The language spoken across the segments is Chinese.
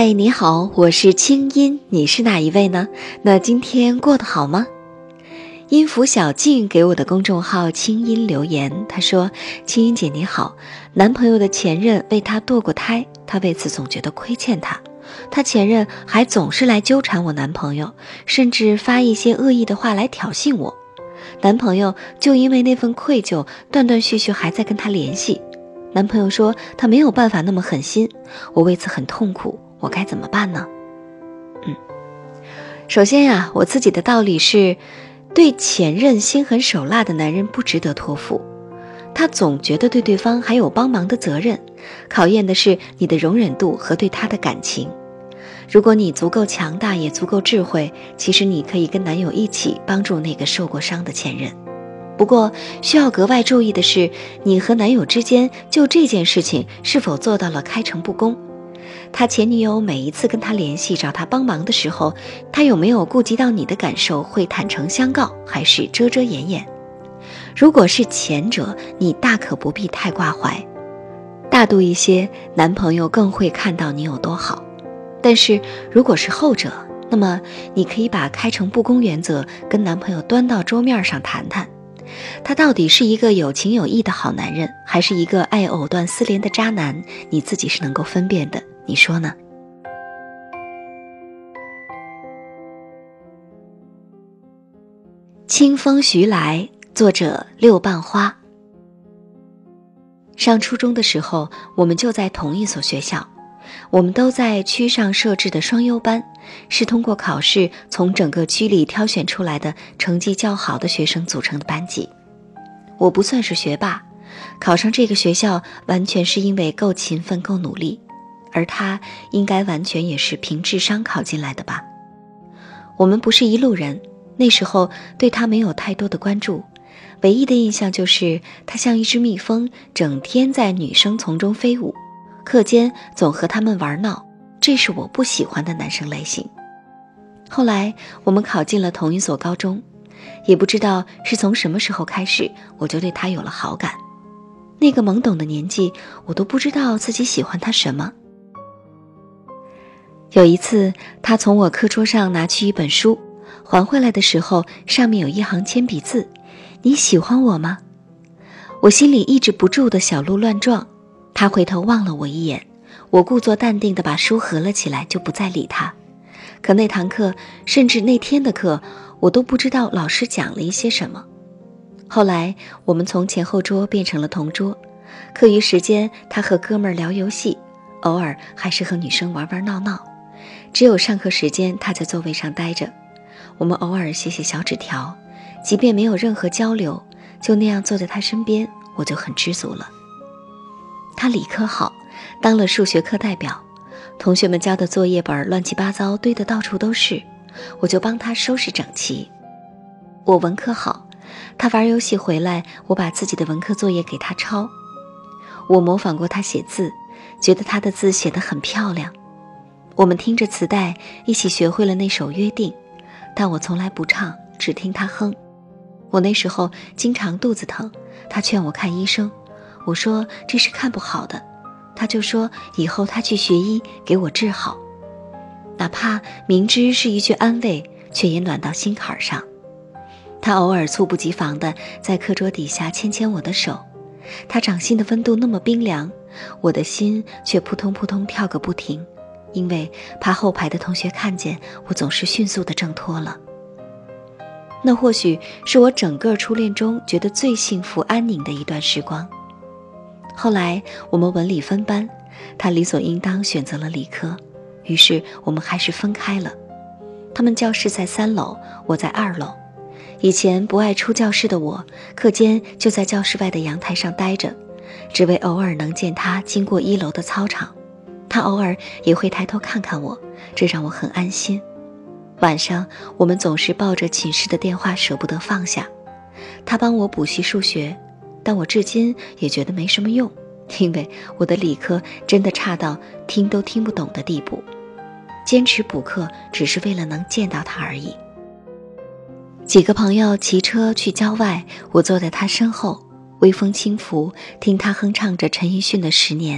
嗨，你好，我是清音，你是哪一位呢？那今天过得好吗？音符小静给我的公众号清音留言，她说：清音姐你好，男朋友的前任为她堕过胎，她为此总觉得亏欠他，她前任还总是来纠缠我男朋友，甚至发一些恶意的话来挑衅我，男朋友就因为那份愧疚断断续续还在跟她联系，男朋友说他没有办法那么狠心，我为此很痛苦，我该怎么办呢？首先呀，我自己的道理是，对前任心狠手辣的男人不值得托付，他总觉得对对方还有帮忙的责任，考验的是你的容忍度和对他的感情。如果你足够强大也足够智慧，其实你可以跟男友一起帮助那个受过伤的前任。不过需要格外注意的是，你和男友之间就这件事情是否做到了开诚布公。他前女友每一次跟他联系找他帮忙的时候，他有没有顾及到你的感受，会坦诚相告，还是遮遮掩掩？如果是前者，你大可不必太挂怀，大度一些，男朋友更会看到你有多好。但是如果是后者，那么你可以把开诚布公原则跟男朋友端到桌面上谈谈，他到底是一个有情有义的好男人，还是一个爱藕断丝连的渣男，你自己是能够分辨的，你说呢？清风徐来，作者六瓣花。上初中的时候，我们就在同一所学校，我们都在区上设置的双优班，是通过考试从整个区里挑选出来的成绩较好的学生组成的班级。我不算是学霸，考上这个学校完全是因为够勤奋够努力，而他应该完全也是凭智商考进来的吧。我们不是一路人，那时候对他没有太多的关注，唯一的印象就是他像一只蜜蜂，整天在女生丛中飞舞，课间总和他们玩闹，这是我不喜欢的男生类型。后来我们考进了同一所高中，也不知道是从什么时候开始，我就对他有了好感。那个懵懂的年纪，我都不知道自己喜欢他什么。有一次，他从我课桌上拿去一本书，还回来的时候，上面有一行铅笔字：你喜欢我吗？我心里抑制不住的小鹿乱撞，他回头望了我一眼，我故作淡定地把书合了起来，就不再理他。可那堂课，甚至那天的课，我都不知道老师讲了一些什么。后来我们从前后桌变成了同桌，课余时间他和哥们儿聊游戏，偶尔还是和女生玩玩闹闹，只有上课时间他在座位上待着，我们偶尔写写小纸条，即便没有任何交流，就那样坐在他身边，我就很知足了。他理科好，当了数学课代表，同学们交的作业本乱七八糟堆得到处都是，我就帮他收拾整齐。我文科好，他玩游戏回来，我把自己的文科作业给他抄。我模仿过他写字，觉得他的字写得很漂亮。我们听着磁带一起学会了那首《约定》，但我从来不唱，只听他哼。我那时候经常肚子疼，他劝我看医生，我说这是看不好的，他就说以后他去学医给我治好。哪怕明知是一句安慰，却也暖到心坎上。他偶尔猝不及防地在课桌底下牵牵我的手，他掌心的温度那么冰凉，我的心却扑通扑通跳个不停，因为怕后排的同学看见，我总是迅速地挣脱了。那或许是我整个初恋中觉得最幸福安宁的一段时光。后来我们文理分班，他理所应当选择了理科，于是我们还是分开了。他们教室在3楼，我在2楼。以前不爱出教室的我，课间就在教室外的阳台上待着，只为偶尔能见他经过1楼的操场。他偶尔也会抬头看看我，这让我很安心。晚上我们总是抱着寝室的电话舍不得放下，他帮我补习数学，但我至今也觉得没什么用，因为我的理科真的差到听都听不懂的地步，坚持补课只是为了能见到他而已。几个朋友骑车去郊外，我坐在他身后，微风轻拂，听他哼唱着陈奕迅的《10年》，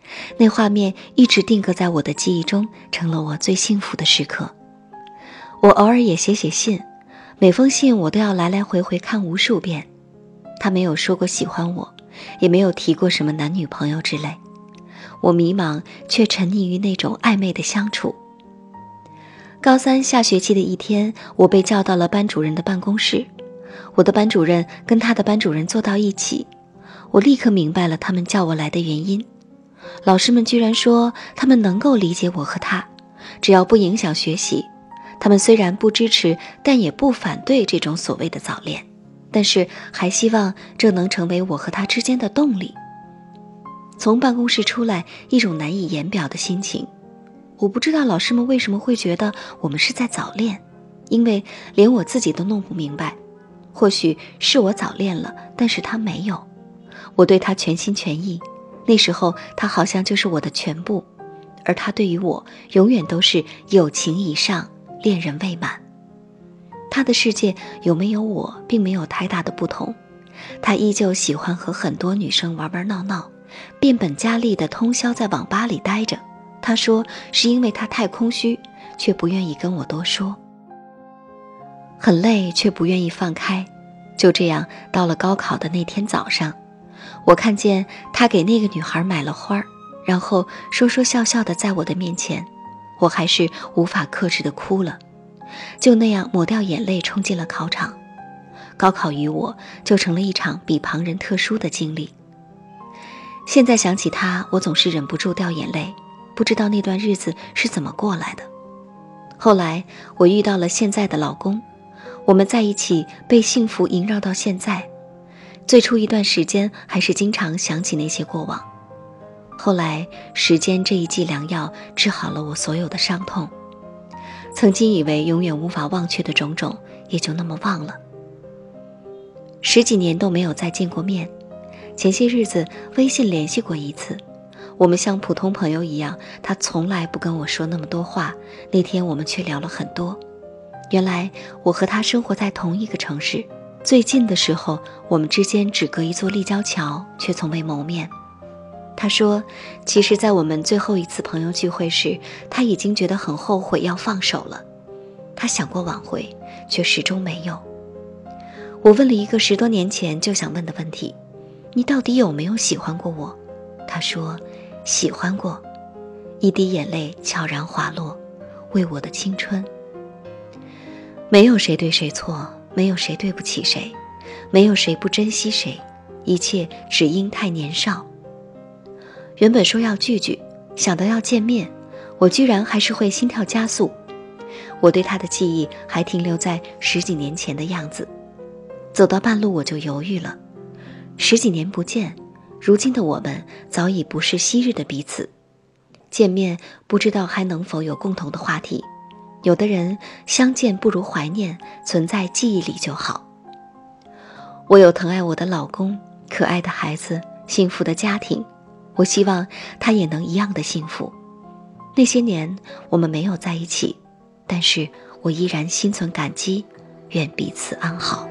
那画面一直定格在我的记忆中，成了我最幸福的时刻。我偶尔也写信，每封信我都要来来回回看无数遍。他没有说过喜欢我，也没有提过什么男女朋友之类。我迷茫，却沉溺于那种暧昧的相处。高三下学期的一天，我被叫到了班主任的办公室。我的班主任跟他的班主任坐到一起，我立刻明白了他们叫我来的原因。老师们居然说他们能够理解我和他，只要不影响学习。他们虽然不支持，但也不反对这种所谓的早恋，但是还希望这能成为我和他之间的动力。从办公室出来，一种难以言表的心情。我不知道老师们为什么会觉得我们是在早恋，因为连我自己都弄不明白。或许是我早恋了，但是他没有。我对他全心全意，那时候他好像就是我的全部，而他对于我永远都是友情以上，恋人未满。他的世界有没有我并没有太大的不同，他依旧喜欢和很多女生玩玩闹闹，变本加厉地通宵在网吧里待着。他说是因为他太空虚，却不愿意跟我多说。很累却不愿意放开。就这样到了高考的那天早上，我看见他给那个女孩买了花，然后说说笑笑的在我的面前，我还是无法克制的哭了。就那样抹掉眼泪冲进了考场。高考于我就成了一场比旁人特殊的经历。现在想起他，我总是忍不住掉眼泪，不知道那段日子是怎么过来的。后来我遇到了现在的老公，我们在一起被幸福萦绕到现在。最初一段时间还是经常想起那些过往，后来时间这一剂良药治好了我所有的伤痛。曾经以为永远无法忘却的种种，也就那么忘了。10几年都没有再见过面，前些日子微信联系过一次，我们像普通朋友一样，他从来不跟我说那么多话，那天我们却聊了很多。原来我和他生活在同一个城市，最近的时候我们之间只隔一座立交桥，却从未谋面。他说其实在我们最后一次朋友聚会时，他已经觉得很后悔要放手了。他想过挽回，却始终没有。我问了一个10多年前就想问的问题，你到底有没有喜欢过我？他说喜欢过。一滴眼泪悄然滑落，为我的青春。没有谁对谁错，没有谁对不起谁，没有谁不珍惜谁，一切只因太年少。原本说要聚聚，想到要见面，我居然还是会心跳加速。我对他的记忆还停留在10几年前的样子。走到半路我就犹豫了。10几年不见，如今的我们早已不是昔日的彼此。见面不知道还能否有共同的话题。有的人相见不如怀念，存在记忆里就好。我有疼爱我的老公，可爱的孩子，幸福的家庭，我希望他也能一样的幸福。那些年我们没有在一起，但是我依然心存感激，愿彼此安好。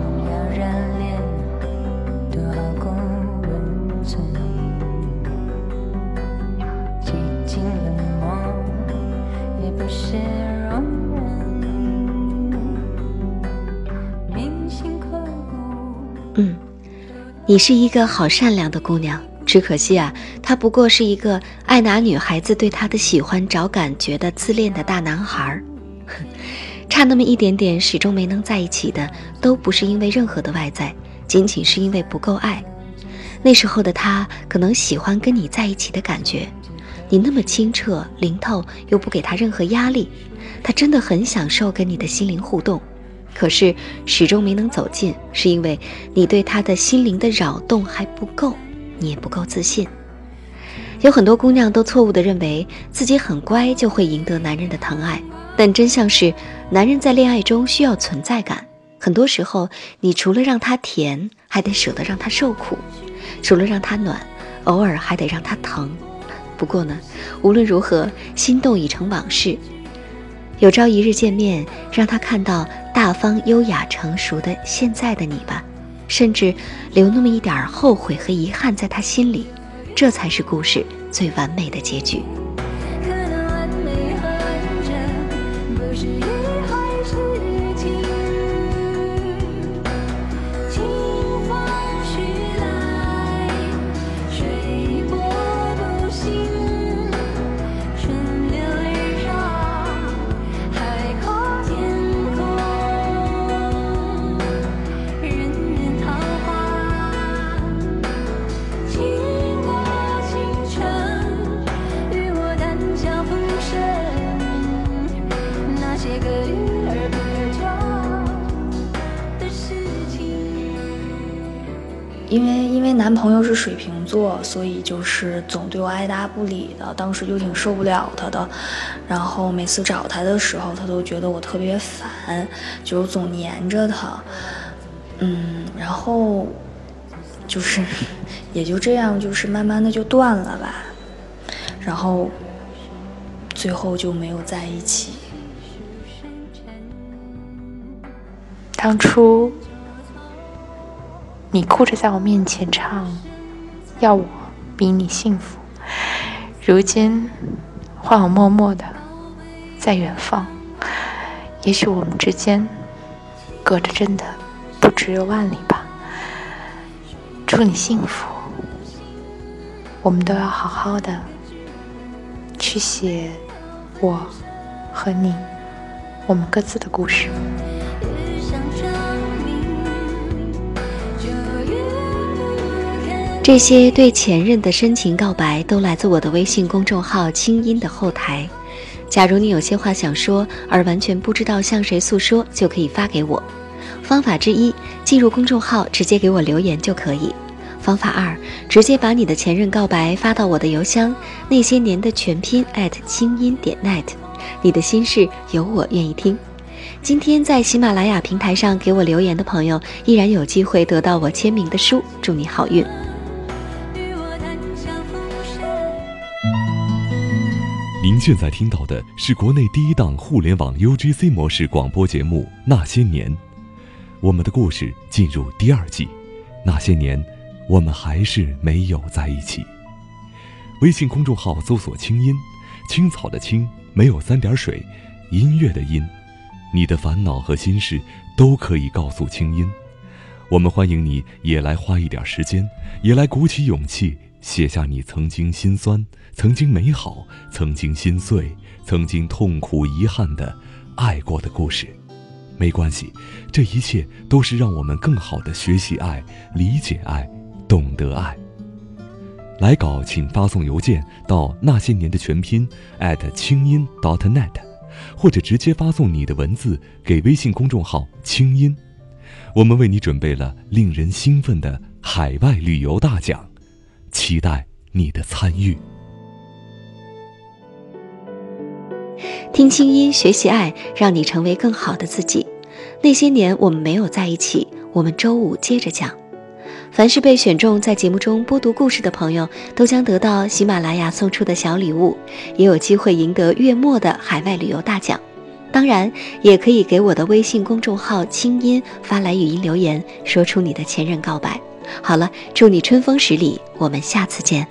你是一个好善良的姑娘，只可惜啊，他不过是一个爱拿女孩子对他的喜欢找感觉的自恋的大男孩。差那么一点点始终没能在一起的，都不是因为任何的外在，仅仅是因为不够爱。那时候的他可能喜欢跟你在一起的感觉，你那么清澈灵透，又不给他任何压力，他真的很享受跟你的心灵互动。可是始终没能走近，是因为你对他的心灵的扰动还不够，你也不够自信。有很多姑娘都错误地认为自己很乖就会赢得男人的疼爱，但真相是男人在恋爱中需要存在感，很多时候你除了让他甜，还得舍得让他受苦，除了让他暖，偶尔还得让他疼。不过呢，无论如何，心动已成往事。有朝一日见面，让他看到大方优雅成熟的现在的你吧，甚至留那么一点后悔和遗憾在他心里，这才是故事最完美的结局。 因为男朋友是水瓶座，所以就是总对我爱答不理的，当时就挺受不了他的，然后每次找他的时候，他都觉得我特别烦，就是总黏着他，然后就是也就这样，就是慢慢的就断了吧，然后最后就没有在一起。 当初你哭着在我面前唱要我比你幸福，如今换我默默的在远方，也许我们之间隔着真的不只有万里吧。祝你幸福，我们都要好好的去写我和你我们各自的故事。 这些对前任的深情告白都来自我的微信公众号清音的后台。假如你有些话想说而完全不知道向谁诉说，就可以发给我。方法之一，进入公众号直接给我留言就可以。方法二，直接把你的前任告白发到我的邮箱那些年的全拼清音.net， 你的心事有我愿意听。今天在喜马拉雅平台上给我留言的朋友依然有机会得到我签名的书，祝你好运。 您现在听到的是国内第一档互联网 UGC 模式广播节目《那些年》，我们的故事进入第2季。那些年，我们还是没有在一起。微信公众号搜索清音，青草的青，没有3点水，音乐的音。你的烦恼和心事都可以告诉清音，我们欢迎你也来花一点时间，也来鼓起勇气写下你曾经心酸，曾经美好，曾经心碎，曾经痛苦遗憾的爱过的故事。没关系，这一切都是让我们更好的学习爱，理解爱，懂得爱。来稿请发送邮件到那些年的全拼清音.net， 或者直接发送你的文字给微信公众号清音。我们为你准备了令人兴奋的海外旅游大奖，期待你的参与。 听清音，学习爱，让你成为更好的自己。那些年我们没有在一起，我们周5接着讲。凡是被选中在节目中播读故事的朋友，都将得到喜马拉雅送出的小礼物，也有机会赢得月末的海外旅游大奖。当然也可以给我的微信公众号清音发来语音留言，说出你的前任告白。好了，祝你春风十里，我们下次见。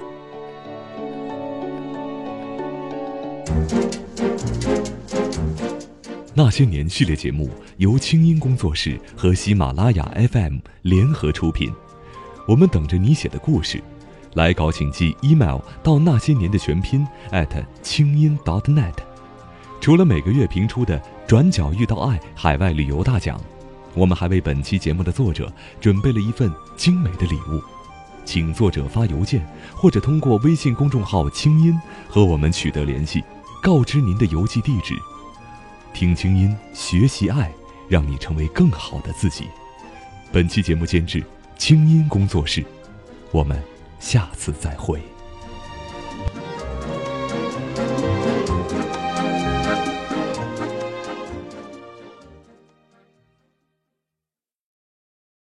那些年系列节目由清音工作室和喜马拉雅 FM 联合出品，我们等着你写的故事。来稿请寄 email 到那些年的全拼清音.net。除了每个月评出的转角遇到爱海外旅游大奖，我们还为本期节目的作者准备了一份精美的礼物，请作者发邮件或者通过微信公众号清音和我们取得联系，告知您的邮寄地址。听清音，学习爱，让你成为更好的自己。本期节目监制清音工作室，我们下次再会。